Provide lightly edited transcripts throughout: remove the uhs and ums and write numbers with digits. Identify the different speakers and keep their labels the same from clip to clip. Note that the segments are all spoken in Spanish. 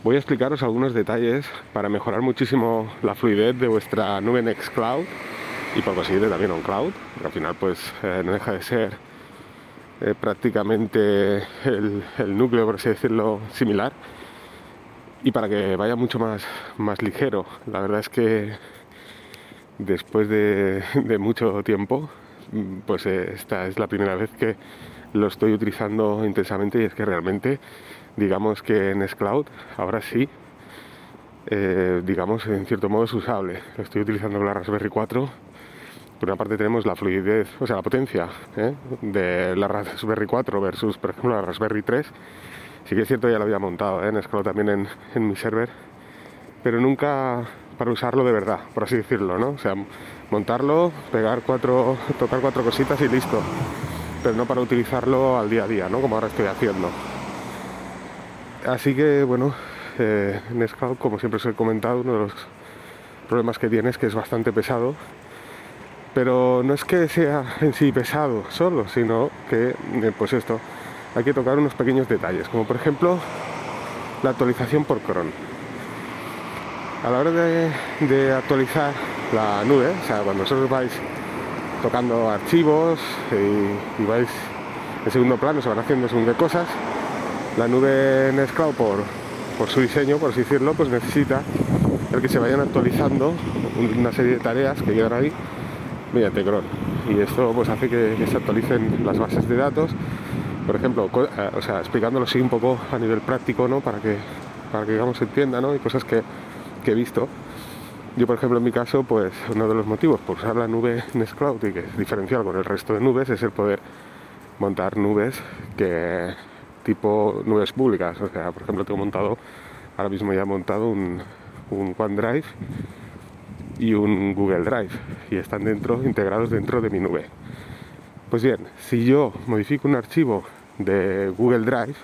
Speaker 1: voy a explicaros algunos detalles para mejorar muchísimo la fluidez de vuestra nube Nextcloud y por conseguir también OnCloud, porque al final pues no deja de ser prácticamente el núcleo, por así decirlo, similar, y para que vaya mucho más ligero. La verdad es que después de mucho tiempo, pues esta es la primera vez que lo estoy utilizando intensamente, y es que realmente, digamos que en Nextcloud ahora sí, digamos en cierto modo es usable. Lo estoy utilizando con la Raspberry 4. Por una parte tenemos la fluidez, o sea, la potencia de la Raspberry 4 versus, por ejemplo, la Raspberry 3. Sí que es cierto, ya lo había montado en Nextcloud también en mi server, pero nunca para usarlo de verdad, por así decirlo, ¿no? O sea, montarlo, tocar cuatro cositas y listo, pero no para utilizarlo al día a día, ¿no? Como ahora estoy haciendo. Así que, bueno, Nextcloud, como siempre os he comentado, uno de los problemas que tiene es que es bastante pesado, pero no es que sea en sí pesado solo, sino que, pues esto, hay que tocar unos pequeños detalles, como por ejemplo la actualización por cron. A la hora de actualizar la nube, o sea, cuando vosotros vais tocando archivos y vais en segundo plano, se van haciendo según qué cosas, la nube Nextcloud por su diseño, por así decirlo, pues necesita el que se vayan actualizando una serie de tareas que llegan ahí mediante cron, y esto pues hace que se actualicen las bases de datos, por ejemplo, o sea, explicándolo así un poco a nivel práctico, ¿no? Para que digamos se entienda, ¿no? Y cosas que he visto. Yo, por ejemplo, en mi caso, pues uno de los motivos por usar la nube Nextcloud y que es diferencial con el resto de nubes es el poder montar nubes tipo nubes públicas. O sea, por ejemplo, ahora mismo ya he montado un OneDrive y un Google Drive, y están integrados dentro de mi nube. Pues bien, si yo modifico un archivo de Google Drive,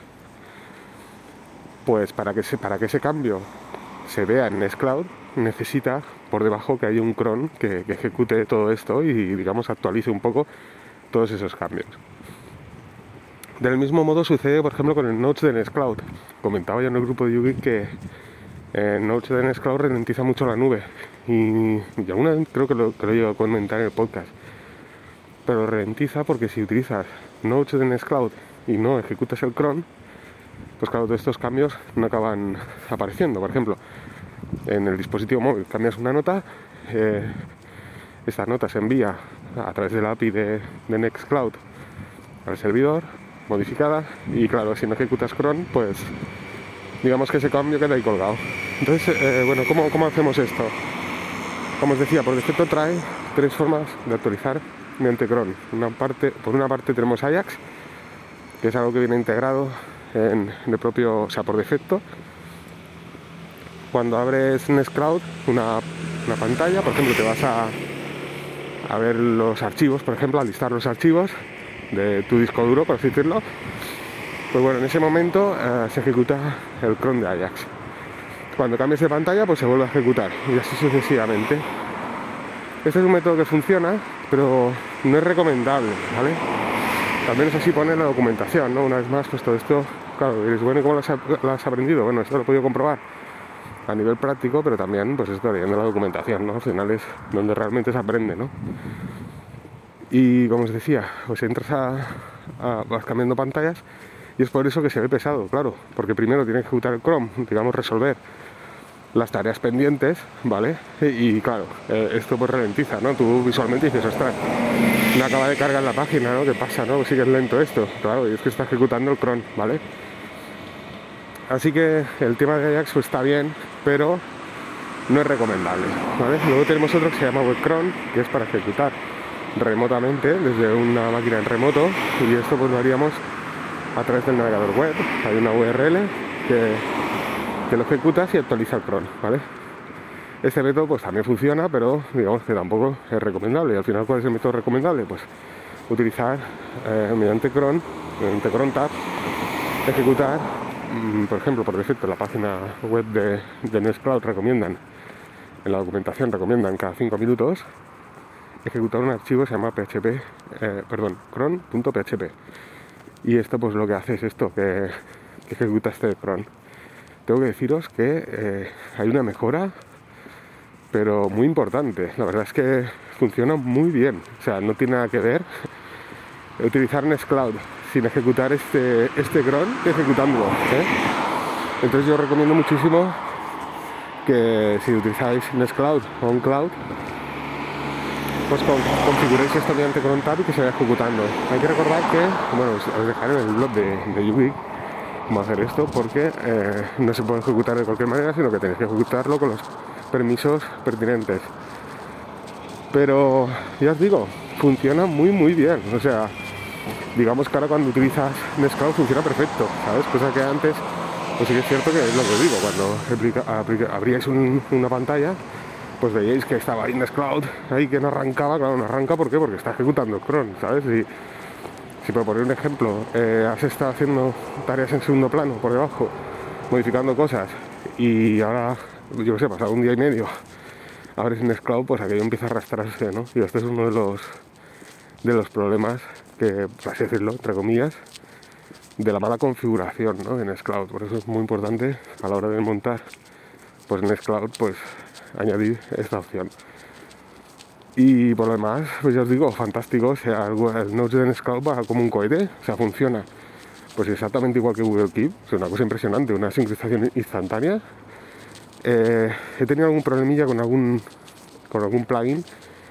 Speaker 1: pues para que ese cambio se vea en Nextcloud, necesita por debajo que haya un cron que ejecute todo esto y, digamos, actualice un poco todos esos cambios. Del mismo modo sucede, por ejemplo, con el Notes de Nextcloud. Comentaba yo en el grupo de YouGeek que el Notes de Nextcloud ralentiza mucho la nube, y alguna vez creo que lo llevo a comentar en el podcast, pero ralentiza porque si utilizas Notes de Nextcloud y no ejecutas el cron, pues claro, todos estos cambios no acaban apareciendo. Por ejemplo, en el dispositivo móvil cambias una nota, esta nota se envía a través de la API de Nextcloud al servidor, modificada, y claro, si no ejecutas cron, pues digamos que ese cambio queda ahí colgado. Entonces, bueno, ¿cómo hacemos esto? Como os decía, por defecto trae tres formas de actualizar mediante cron. Por una parte tenemos Ajax, que es algo que viene integrado en el propio, o sea, por defecto. Cuando abres Nextcloud, una pantalla, por ejemplo, te vas a ver los archivos, por ejemplo, a listar los archivos de tu disco duro, por así decirlo. Pues bueno, en ese momento se ejecuta el cron de Ajax. Cuando cambies de pantalla, pues se vuelve a ejecutar, y así sucesivamente. Este es un método que funciona, pero no es recomendable, ¿vale? También es así pone la documentación, ¿no? Una vez más, pues todo esto, claro, diréis, bueno, ¿cómo lo has aprendido? Bueno, esto lo he podido comprobar a nivel práctico, pero también, pues esto leyendo la documentación, ¿no? Al final es donde realmente se aprende, ¿no? Y como os decía, pues entras vas cambiando pantallas, y es por eso que se ve pesado, claro, porque primero tiene que ejecutar el cron, digamos, resolver las tareas pendientes, ¿vale? Y claro, esto pues ralentiza, ¿no? Tú visualmente dices, ostras, no acaba de cargar la página, ¿no? ¿Qué pasa, no? Sigue lento esto. Claro, y es que está ejecutando el cron, ¿vale? Así que el tema de Ajax pues está bien, pero no es recomendable, ¿vale? Luego tenemos otro que se llama WebCron, que es para ejecutar remotamente desde una máquina en remoto, y esto pues lo haríamos a través del navegador web. Hay una URL que lo ejecutas y actualiza el cron, ¿vale? Este método pues también funciona, pero digamos que tampoco es recomendable. Y al final, ¿cuál es el método recomendable? Pues utilizar mediante cron tab, ejecutar, por ejemplo, por defecto la página web de Nextcloud recomiendan, en la documentación recomiendan cada 5 minutos ejecutar un archivo que se llama cron.php, y esto pues lo que hace es esto, que ejecuta este cron. tengo que deciros que hay una mejora, pero muy importante. La verdad es que funciona muy bien. O sea, no tiene nada que ver utilizar Nextcloud sin ejecutar este cron que ejecutándolo, ¿eh? Entonces yo recomiendo muchísimo que si utilizáis Nextcloud o OnCloud, pues configuréis esto mediante cron tab y que se vaya ejecutando. Hay que recordar que, bueno, os dejaré en el blog de YouGeek cómo hacer esto, porque no se puede ejecutar de cualquier manera, sino que tenéis que ejecutarlo con los permisos pertinentes. Pero ya os digo, funciona muy muy bien. O sea, digamos que ahora cuando utilizas Nextcloud funciona perfecto, ¿sabes? Cosa que antes, pues sí que es cierto que es lo que os digo, cuando abríais una pantalla, pues veíais que estaba ahí Nextcloud, ahí que no arrancaba. Claro, no arranca, ¿por qué? Porque está ejecutando el cron, ¿sabes? Si por poner un ejemplo, has estado haciendo tareas en segundo plano, por debajo, modificando cosas, y ahora, yo qué sé, pasado un día y medio, abres Nextcloud, pues aquello empieza a arrastrarse, ¿no? Y este es uno de los problemas que, por así decirlo, entre comillas, de la mala configuración, ¿no? En Nextcloud. Por eso es muy importante a la hora de montar, pues en Nextcloud, pues añadir esta opción. Y por lo demás, pues ya os digo, fantástico. O sea, el Node de Nextcloud va como un cohete, o sea, funciona pues exactamente igual que Google Keep. Es una cosa impresionante, una sincronización instantánea. He tenido algún problemilla con algún plugin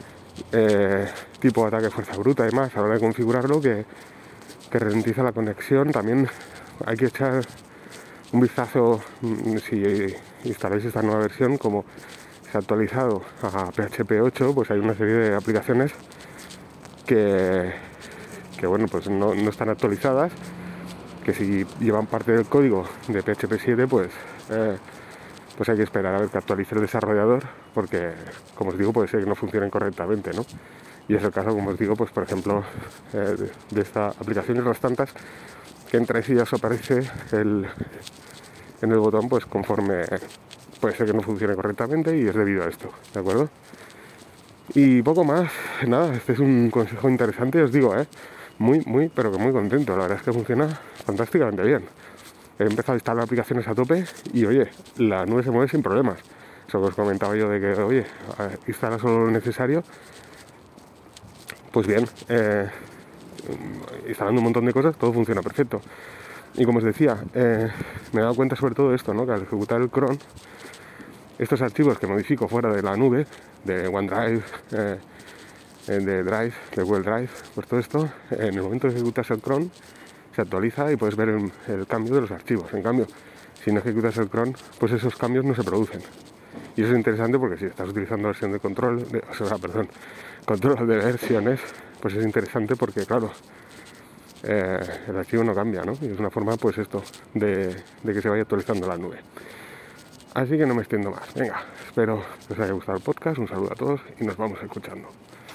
Speaker 1: tipo ataque fuerza bruta y demás a la hora de configurarlo, que ralentiza la conexión. También hay que echar un vistazo si instaláis esta nueva versión, como se ha actualizado a PHP 8, pues hay una serie de aplicaciones que bueno, pues no están actualizadas, que si llevan parte del código de PHP 7, pues hay que esperar a ver que actualice el desarrollador, porque, como os digo, puede ser que no funcionen correctamente, ¿no? Y es el caso, como os digo, pues por ejemplo, de esta aplicación y otras tantas, que entráis y ya os aparece en el botón, pues conforme puede ser que no funcione correctamente, y es debido a esto, ¿de acuerdo? Y poco más, nada, este es un consejo interesante, os digo, muy, pero que muy contento. La verdad es que funciona fantásticamente bien. He empezado a instalar aplicaciones a tope y, oye, la nube se mueve sin problemas. Eso que os comentaba yo de que, oye, instala solo lo necesario. Pues bien, instalando un montón de cosas, todo funciona perfecto. Y como os decía, me he dado cuenta sobre todo de esto, ¿no? Que al ejecutar el cron, estos archivos que modifico fuera de la nube, de OneDrive, de Drive, de Google Drive, pues todo esto, en el momento de ejecutarse el cron, se actualiza y puedes ver el cambio de los archivos. En cambio, si no ejecutas el cron, pues esos cambios no se producen. Y eso es interesante porque si estás utilizando versión de control de versiones, pues es interesante porque, claro, el archivo no cambia, ¿no? Y es una forma, pues esto, de que se vaya actualizando la nube. Así que no me extiendo más. Venga, espero que os haya gustado el podcast. Un saludo a todos y nos vamos escuchando.